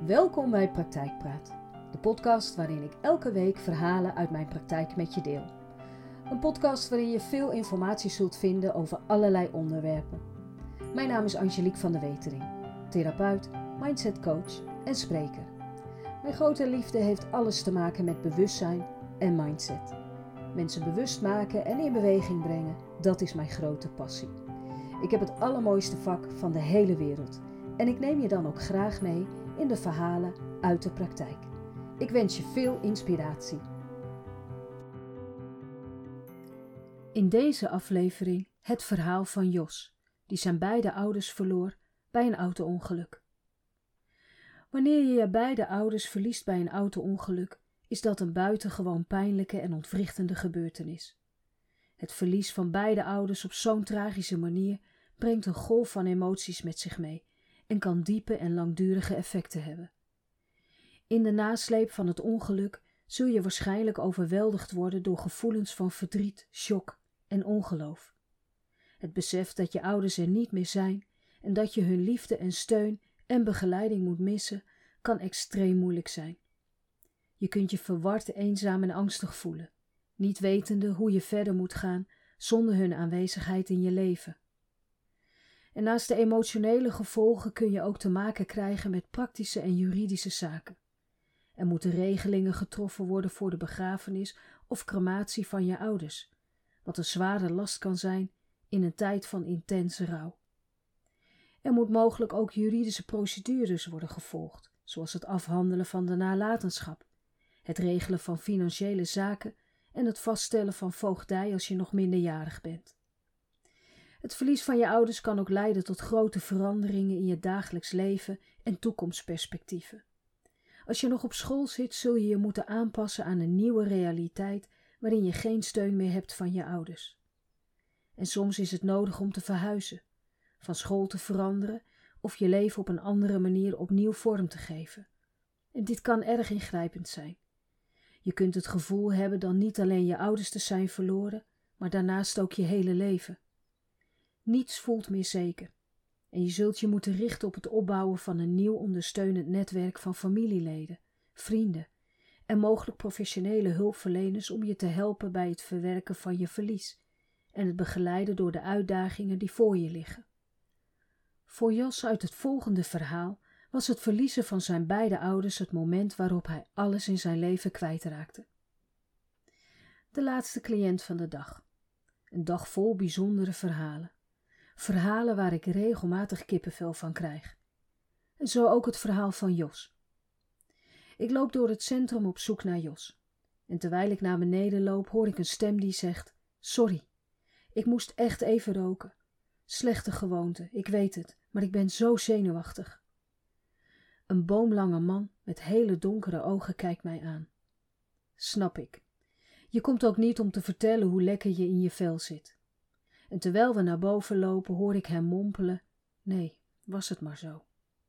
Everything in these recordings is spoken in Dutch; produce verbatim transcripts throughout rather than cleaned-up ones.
Welkom bij Praktijkpraat, de podcast waarin ik elke week verhalen uit mijn praktijk met je deel. Een podcast waarin je veel informatie zult vinden over allerlei onderwerpen. Mijn naam is Angelique van der Wetering, therapeut, mindsetcoach en spreker. Mijn grote liefde heeft alles te maken met bewustzijn en mindset. Mensen bewust maken en in beweging brengen, dat is mijn grote passie. Ik heb het allermooiste vak van de hele wereld en ik neem je dan ook graag mee in de verhalen uit de praktijk. Ik wens je veel inspiratie. In deze aflevering het verhaal van Jos, die zijn beide ouders verloor bij een auto-ongeluk. Wanneer je je beide ouders verliest bij een auto-ongeluk, is dat een buitengewoon pijnlijke en ontwrichtende gebeurtenis. Het verlies van beide ouders op zo'n tragische manier brengt een golf van emoties met zich mee en kan diepe en langdurige effecten hebben. In de nasleep van het ongeluk zul je waarschijnlijk overweldigd worden door gevoelens van verdriet, shock en ongeloof. Het besef dat je ouders er niet meer zijn en dat je hun liefde en steun en begeleiding moet missen, kan extreem moeilijk zijn. Je kunt je verward, eenzaam en angstig voelen, niet wetende hoe je verder moet gaan zonder hun aanwezigheid in je leven. En naast de emotionele gevolgen kun je ook te maken krijgen met praktische en juridische zaken. Er moeten regelingen getroffen worden voor de begrafenis of crematie van je ouders, wat een zware last kan zijn in een tijd van intense rouw. Er moet mogelijk ook juridische procedures worden gevolgd, zoals het afhandelen van de nalatenschap, het regelen van financiële zaken en het vaststellen van voogdij als je nog minderjarig bent. Het verlies van je ouders kan ook leiden tot grote veranderingen in je dagelijks leven en toekomstperspectieven. Als je nog op school zit, zul je je moeten aanpassen aan een nieuwe realiteit waarin je geen steun meer hebt van je ouders. En soms is het nodig om te verhuizen, van school te veranderen of je leven op een andere manier opnieuw vorm te geven. En dit kan erg ingrijpend zijn. Je kunt het gevoel hebben dan niet alleen je ouders te zijn verloren, maar daarnaast ook je hele leven. Niets voelt meer zeker en je zult je moeten richten op het opbouwen van een nieuw ondersteunend netwerk van familieleden, vrienden en mogelijk professionele hulpverleners om je te helpen bij het verwerken van je verlies en het begeleiden door de uitdagingen die voor je liggen. Voor Jos uit het volgende verhaal was het verliezen van zijn beide ouders het moment waarop hij alles in zijn leven kwijtraakte. De laatste cliënt van de dag. Een dag vol bijzondere verhalen. Verhalen waar ik regelmatig kippenvel van krijg. En zo ook het verhaal van Jos. Ik loop door het centrum op zoek naar Jos. En terwijl ik naar beneden loop, hoor ik een stem die zegt: Sorry, ik moest echt even roken. Slechte gewoonte, ik weet het, maar ik ben zo zenuwachtig. Een boomlange man met hele donkere ogen kijkt mij aan. Snap ik. Je komt ook niet om te vertellen hoe lekker je in je vel zit. En terwijl we naar boven lopen, hoor ik hem mompelen: Nee, was het maar zo.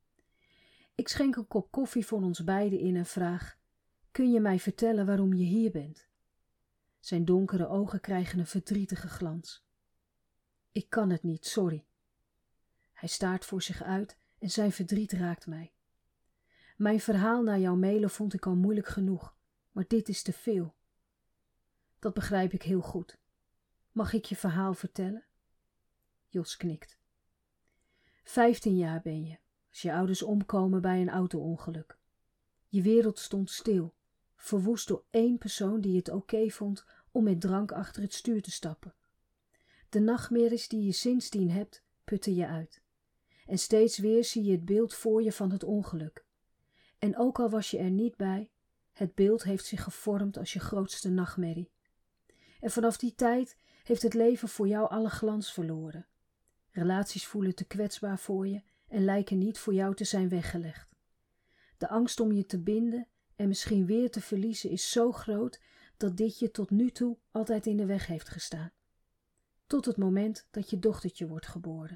Ik schenk een kop koffie voor ons beiden in en vraag: Kun je mij vertellen waarom je hier bent? Zijn donkere ogen krijgen een verdrietige glans. Ik kan het niet, sorry. Hij staart voor zich uit en zijn verdriet raakt mij. Mijn verhaal naar jou mailen vond ik al moeilijk genoeg, maar dit is te veel. Dat begrijp ik heel goed. Mag ik je verhaal vertellen? Jos knikt. Vijftien jaar ben je, als je ouders omkomen bij een auto-ongeluk. Je wereld stond stil, verwoest door één persoon die het oké vond om met drank achter het stuur te stappen. De nachtmerries die je sindsdien hebt, putten je uit. En steeds weer zie je het beeld voor je van het ongeluk. En ook al was je er niet bij, het beeld heeft zich gevormd als je grootste nachtmerrie. En vanaf die tijd heeft het leven voor jou alle glans verloren. Relaties voelen te kwetsbaar voor je en lijken niet voor jou te zijn weggelegd. De angst om je te binden en misschien weer te verliezen is zo groot dat dit je tot nu toe altijd in de weg heeft gestaan. Tot het moment dat je dochtertje wordt geboren.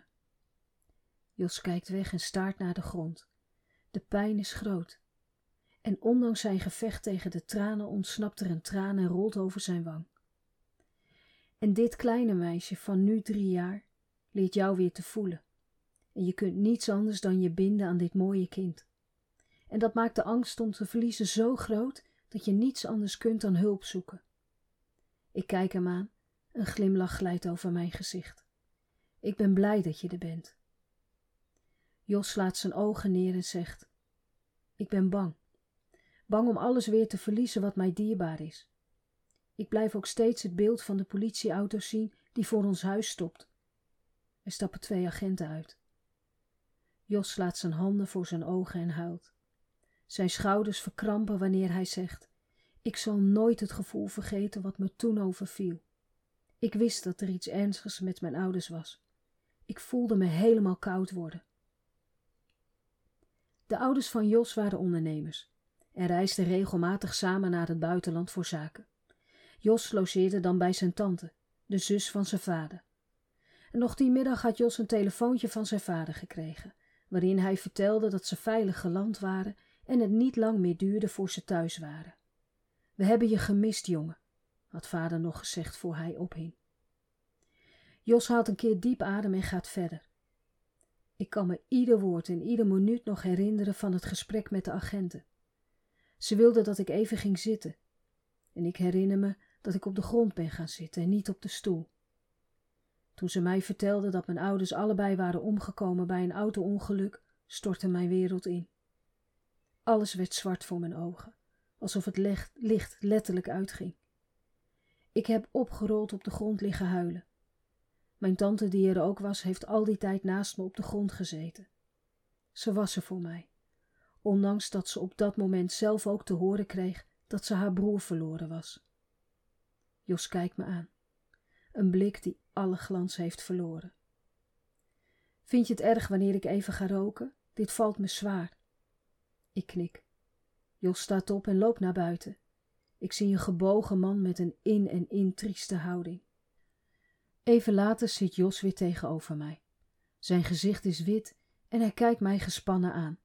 Jos kijkt weg en staart naar de grond. De pijn is groot. En ondanks zijn gevecht tegen de tranen ontsnapt er een traan en rolt over zijn wang. En dit kleine meisje van nu drie jaar leert jou weer te voelen. En je kunt niets anders dan je binden aan dit mooie kind. En dat maakt de angst om te verliezen zo groot dat je niets anders kunt dan hulp zoeken. Ik kijk hem aan, een glimlach glijdt over mijn gezicht. Ik ben blij dat je er bent. Jos slaat zijn ogen neer en zegt: Ik ben bang. Bang om alles weer te verliezen wat mij dierbaar is. Ik blijf ook steeds het beeld van de politieauto zien die voor ons huis stopt. Er stappen twee agenten uit. Jos slaat zijn handen voor zijn ogen en huilt. Zijn schouders verkrampen wanneer hij zegt: Ik zal nooit het gevoel vergeten wat me toen overviel. Ik wist dat er iets ernstigs met mijn ouders was. Ik voelde me helemaal koud worden. De ouders van Jos waren ondernemers en reisden regelmatig samen naar het buitenland voor zaken. Jos logeerde dan bij zijn tante, de zus van zijn vader. En nog die middag had Jos een telefoontje van zijn vader gekregen, waarin hij vertelde dat ze veilig geland waren en het niet lang meer duurde voor ze thuis waren. We hebben je gemist, jongen, had vader nog gezegd voor hij ophing. Jos haalt een keer diep adem en gaat verder. Ik kan me ieder woord en ieder minuut nog herinneren van het gesprek met de agenten. Ze wilden dat ik even ging zitten. En ik herinner me dat ik op de grond ben gaan zitten en niet op de stoel. Toen ze mij vertelden dat mijn ouders allebei waren omgekomen bij een auto-ongeluk, stortte mijn wereld in. Alles werd zwart voor mijn ogen, alsof het licht letterlijk uitging. Ik heb opgerold op de grond liggen huilen. Mijn tante, die er ook was, heeft al die tijd naast me op de grond gezeten. Ze was er voor mij, ondanks dat ze op dat moment zelf ook te horen kreeg dat ze haar broer verloren was. Jos kijkt me aan, een blik die alle glans heeft verloren. Vind je het erg wanneer ik even ga roken? Dit valt me zwaar. Ik knik. Jos staat op en loopt naar buiten. Ik zie een gebogen man met een in en in trieste houding. Even later zit Jos weer tegenover mij. Zijn gezicht is wit en hij kijkt mij gespannen aan.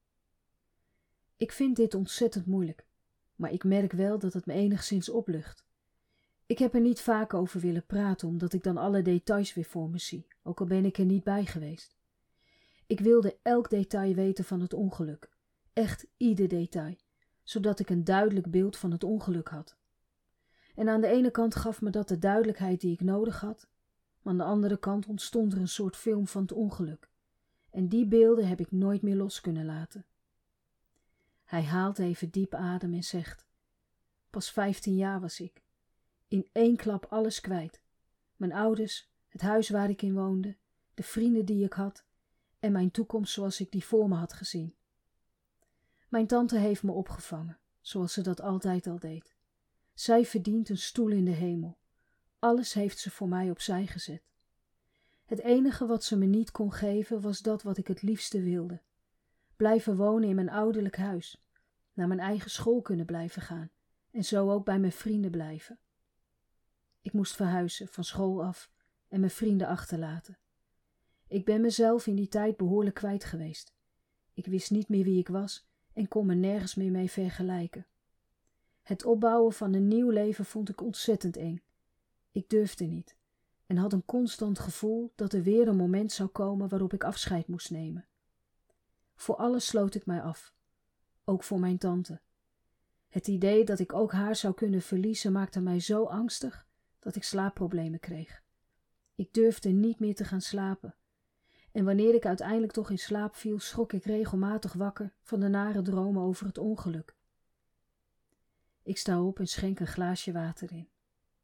Ik vind dit ontzettend moeilijk, maar ik merk wel dat het me enigszins oplucht. Ik heb er niet vaak over willen praten, omdat ik dan alle details weer voor me zie, ook al ben ik er niet bij geweest. Ik wilde elk detail weten van het ongeluk, echt ieder detail, zodat ik een duidelijk beeld van het ongeluk had. En aan de ene kant gaf me dat de duidelijkheid die ik nodig had, maar aan de andere kant ontstond er een soort film van het ongeluk. En die beelden heb ik nooit meer los kunnen laten. Hij haalt even diep adem en zegt: Pas vijftien jaar was ik. In één klap alles kwijt. Mijn ouders, het huis waar ik in woonde, de vrienden die ik had en mijn toekomst zoals ik die voor me had gezien. Mijn tante heeft me opgevangen, zoals ze dat altijd al deed. Zij verdient een stoel in de hemel. Alles heeft ze voor mij opzij gezet. Het enige wat ze me niet kon geven was dat wat ik het liefste wilde. Blijven wonen in mijn ouderlijk huis, naar mijn eigen school kunnen blijven gaan en zo ook bij mijn vrienden blijven. Ik moest verhuizen, van school af en mijn vrienden achterlaten. Ik ben mezelf in die tijd behoorlijk kwijt geweest. Ik wist niet meer wie ik was en kon me nergens meer mee vergelijken. Het opbouwen van een nieuw leven vond ik ontzettend eng. Ik durfde niet en had een constant gevoel dat er weer een moment zou komen waarop ik afscheid moest nemen. Voor alles sloot ik mij af, ook voor mijn tante. Het idee dat ik ook haar zou kunnen verliezen maakte mij zo angstig dat ik slaapproblemen kreeg. Ik durfde niet meer te gaan slapen. En wanneer ik uiteindelijk toch in slaap viel, schrok ik regelmatig wakker van de nare dromen over het ongeluk. Ik sta op en schenk een glaasje water in.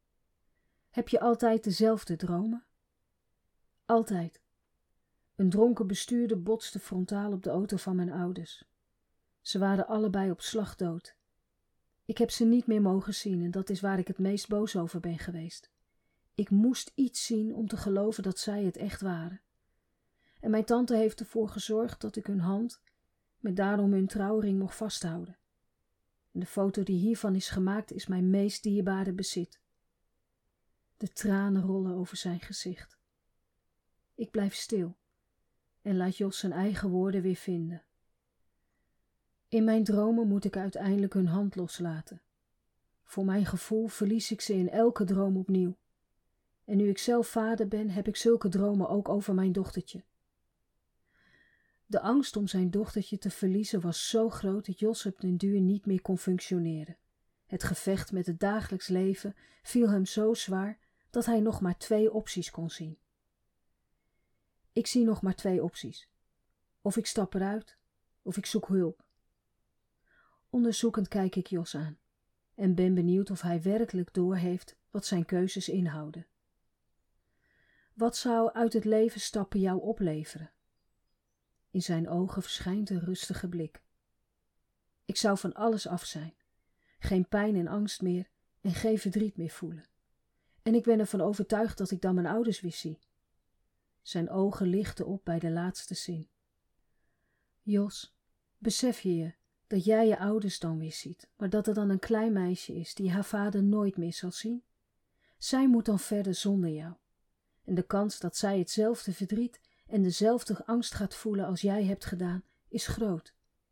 Heb je altijd dezelfde dromen? Altijd. Een dronken bestuurder botste frontaal op de auto van mijn ouders. Ze waren allebei op slag dood. Ik heb ze niet meer mogen zien en dat is waar ik het meest boos over ben geweest. Ik moest iets zien om te geloven dat zij het echt waren. En mijn tante heeft ervoor gezorgd dat ik hun hand, met daarom hun trouwring, mocht vasthouden. En de foto die hiervan is gemaakt is mijn meest dierbare bezit. De tranen rollen over zijn gezicht. Ik blijf stil en laat Jos zijn eigen woorden weer vinden. In mijn dromen moet ik uiteindelijk hun hand loslaten. Voor mijn gevoel verlies ik ze in elke droom opnieuw. En nu ik zelf vader ben, heb ik zulke dromen ook over mijn dochtertje. De angst om zijn dochtertje te verliezen was zo groot dat Jos op den duur niet meer kon functioneren. Het gevecht met het dagelijks leven viel hem zo zwaar dat hij nog maar twee opties kon zien. Ik zie nog maar twee opties. Of ik stap eruit, of ik zoek hulp. Onderzoekend kijk ik Jos aan en ben benieuwd of hij werkelijk doorheeft wat zijn keuzes inhouden. Wat zou uit het leven stappen jou opleveren? In zijn ogen verschijnt een rustige blik. Ik zou van alles af zijn, geen pijn en angst meer en geen verdriet meer voelen. En ik ben ervan overtuigd dat ik dan mijn ouders weer zie. Zijn ogen lichten op bij de laatste zin. Jos, besef je je dat jij je ouders dan weer ziet, maar dat er dan een klein meisje is die haar vader nooit meer zal zien? Zij moet dan verder zonder jou. En de kans dat zij hetzelfde verdriet en dezelfde angst gaat voelen als jij hebt gedaan, is groot.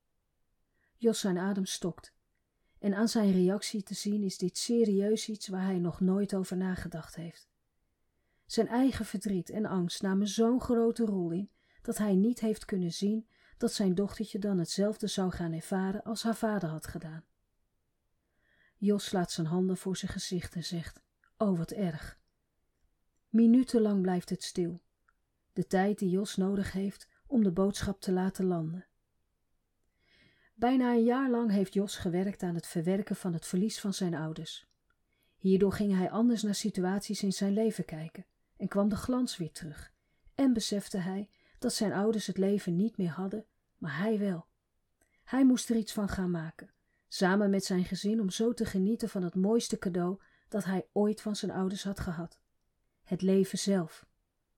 Jos zijn adem stokt. En aan zijn reactie te zien is dit serieus iets waar hij nog nooit over nagedacht heeft. Zijn eigen verdriet en angst namen zo'n grote rol in, dat hij niet heeft kunnen zien dat zijn dochtertje dan hetzelfde zou gaan ervaren als haar vader had gedaan. Jos slaat zijn handen voor zijn gezicht en zegt, oh wat erg. Minutenlang blijft het stil. De tijd die Jos nodig heeft om de boodschap te laten landen. Bijna een jaar lang heeft Jos gewerkt aan het verwerken van het verlies van zijn ouders. Hierdoor ging hij anders naar situaties in zijn leven kijken en kwam de glans weer terug. En besefte hij dat zijn ouders het leven niet meer hadden, maar hij wel. Hij moest er iets van gaan maken, samen met zijn gezin om zo te genieten van het mooiste cadeau dat hij ooit van zijn ouders had gehad. Het leven zelf.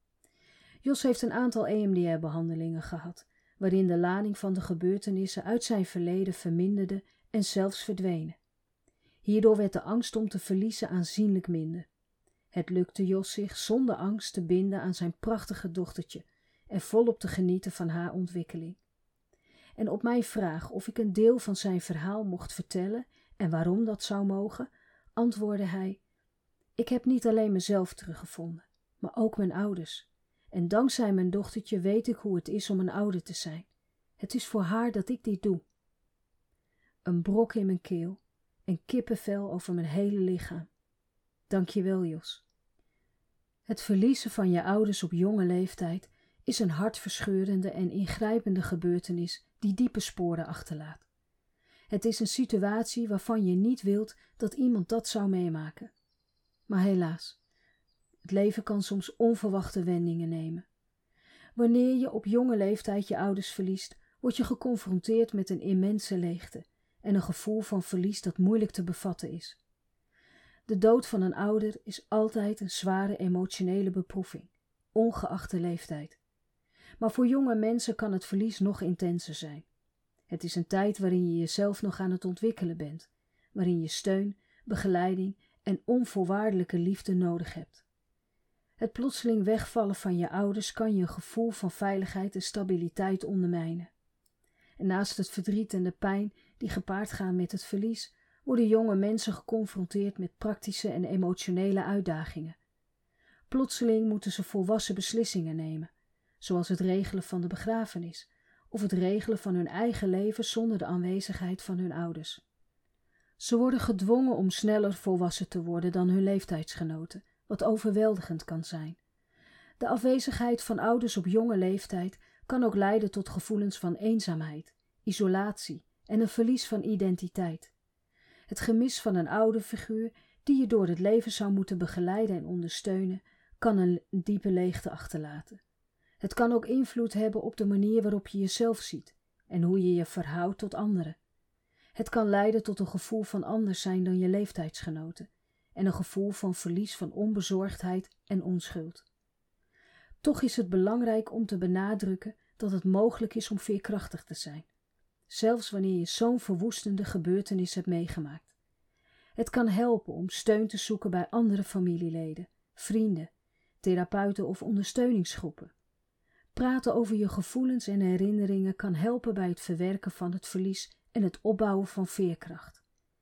Jos heeft een aantal E M D R-behandelingen gehad, waarin de lading van de gebeurtenissen uit zijn verleden verminderde en zelfs verdwenen. Hierdoor werd de angst om te verliezen aanzienlijk minder. Het lukte Jos zich zonder angst te binden aan zijn prachtige dochtertje en volop te genieten van haar ontwikkeling. En op mijn vraag of ik een deel van zijn verhaal mocht vertellen en waarom dat zou mogen, antwoordde hij: ik heb niet alleen mezelf teruggevonden, maar ook mijn ouders. En dankzij mijn dochtertje weet ik hoe het is om een ouder te zijn. Het is voor haar dat ik dit doe. Een brok in mijn keel en kippenvel over mijn hele lichaam. Dank je wel, Jos. Het verliezen van je ouders op jonge leeftijd is een hartverscheurende en ingrijpende gebeurtenis die diepe sporen achterlaat. Het is een situatie waarvan je niet wilt dat iemand dat zou meemaken. Maar helaas, het leven kan soms onverwachte wendingen nemen. Wanneer je op jonge leeftijd je ouders verliest, word je geconfronteerd met een immense leegte en een gevoel van verlies dat moeilijk te bevatten is. De dood van een ouder is altijd een zware emotionele beproeving, ongeacht de leeftijd. Maar voor jonge mensen kan het verlies nog intenser zijn. Het is een tijd waarin je jezelf nog aan het ontwikkelen bent, waarin je steun, begeleiding en onvoorwaardelijke liefde nodig hebt. Het plotseling wegvallen van je ouders kan je een gevoel van veiligheid en stabiliteit ondermijnen. En naast het verdriet en de pijn die gepaard gaan met het verlies, worden jonge mensen geconfronteerd met praktische en emotionele uitdagingen. Plotseling moeten ze volwassen beslissingen nemen, zoals het regelen van de begrafenis of het regelen van hun eigen leven zonder de aanwezigheid van hun ouders. Ze worden gedwongen om sneller volwassen te worden dan hun leeftijdsgenoten, wat overweldigend kan zijn. De afwezigheid van ouders op jonge leeftijd kan ook leiden tot gevoelens van eenzaamheid, isolatie en een verlies van identiteit. Het gemis van een ouderfiguur die je door het leven zou moeten begeleiden en ondersteunen, kan een diepe leegte achterlaten. Het kan ook invloed hebben op de manier waarop je jezelf ziet en hoe je je verhoudt tot anderen. Het kan leiden tot een gevoel van anders zijn dan je leeftijdsgenoten en een gevoel van verlies van onbezorgdheid en onschuld. Toch is het belangrijk om te benadrukken dat het mogelijk is om veerkrachtig te zijn, zelfs wanneer je zo'n verwoestende gebeurtenis hebt meegemaakt. Het kan helpen om steun te zoeken bij andere familieleden, vrienden, therapeuten of ondersteuningsgroepen. Praten over je gevoelens en herinneringen kan helpen bij het verwerken van het verlies en het opbouwen van veerkracht.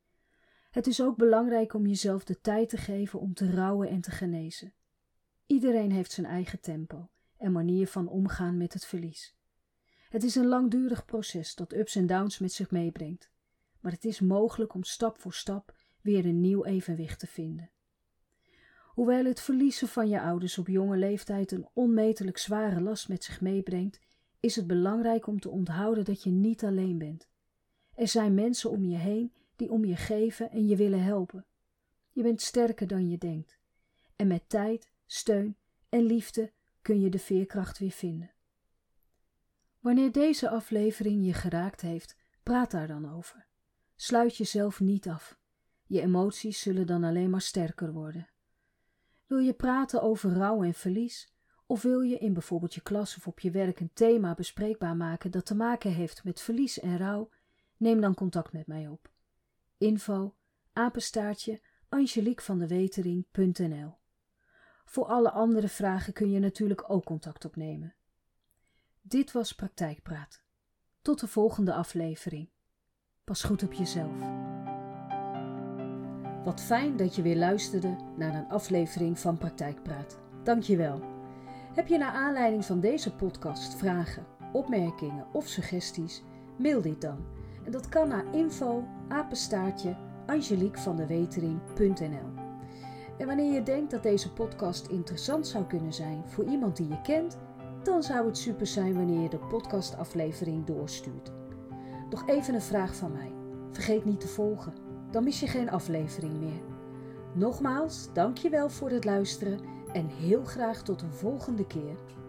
Het is ook belangrijk om jezelf de tijd te geven om te rouwen en te genezen. Iedereen heeft zijn eigen tempo en manier van omgaan met het verlies. Het is een langdurig proces dat ups en downs met zich meebrengt, maar het is mogelijk om stap voor stap weer een nieuw evenwicht te vinden. Hoewel het verliezen van je ouders op jonge leeftijd een onmetelijk zware last met zich meebrengt, is het belangrijk om te onthouden dat je niet alleen bent. Er zijn mensen om je heen die om je geven en je willen helpen. Je bent sterker dan je denkt. En met tijd, steun en liefde kun je de veerkracht weer vinden. Wanneer deze aflevering je geraakt heeft, praat daar dan over. Sluit jezelf niet af. Je emoties zullen dan alleen maar sterker worden. Wil je praten over rouw en verlies? Of wil je in bijvoorbeeld je klas of op je werk een thema bespreekbaar maken dat te maken heeft met verlies en rouw? Neem dan contact met mij op. Info, apenstaartje, angeliekvandewetering punt n l. Voor alle andere vragen kun je natuurlijk ook contact opnemen. Dit was Praktijkpraat. Tot de volgende aflevering. Pas goed op jezelf. Wat fijn dat je weer luisterde naar een aflevering van Praktijkpraat. Dank je wel. Heb je naar aanleiding van deze podcast vragen, opmerkingen of suggesties? Mail dit dan. En dat kan naar info, apenstaartje, angeliekvandewetering punt n l. En wanneer je denkt dat deze podcast interessant zou kunnen zijn voor iemand die je kent, dan zou het super zijn wanneer je de podcastaflevering doorstuurt. Nog even een vraag van mij. Vergeet niet te volgen, dan mis je geen aflevering meer. Nogmaals, dank je wel voor het luisteren en heel graag tot een volgende keer.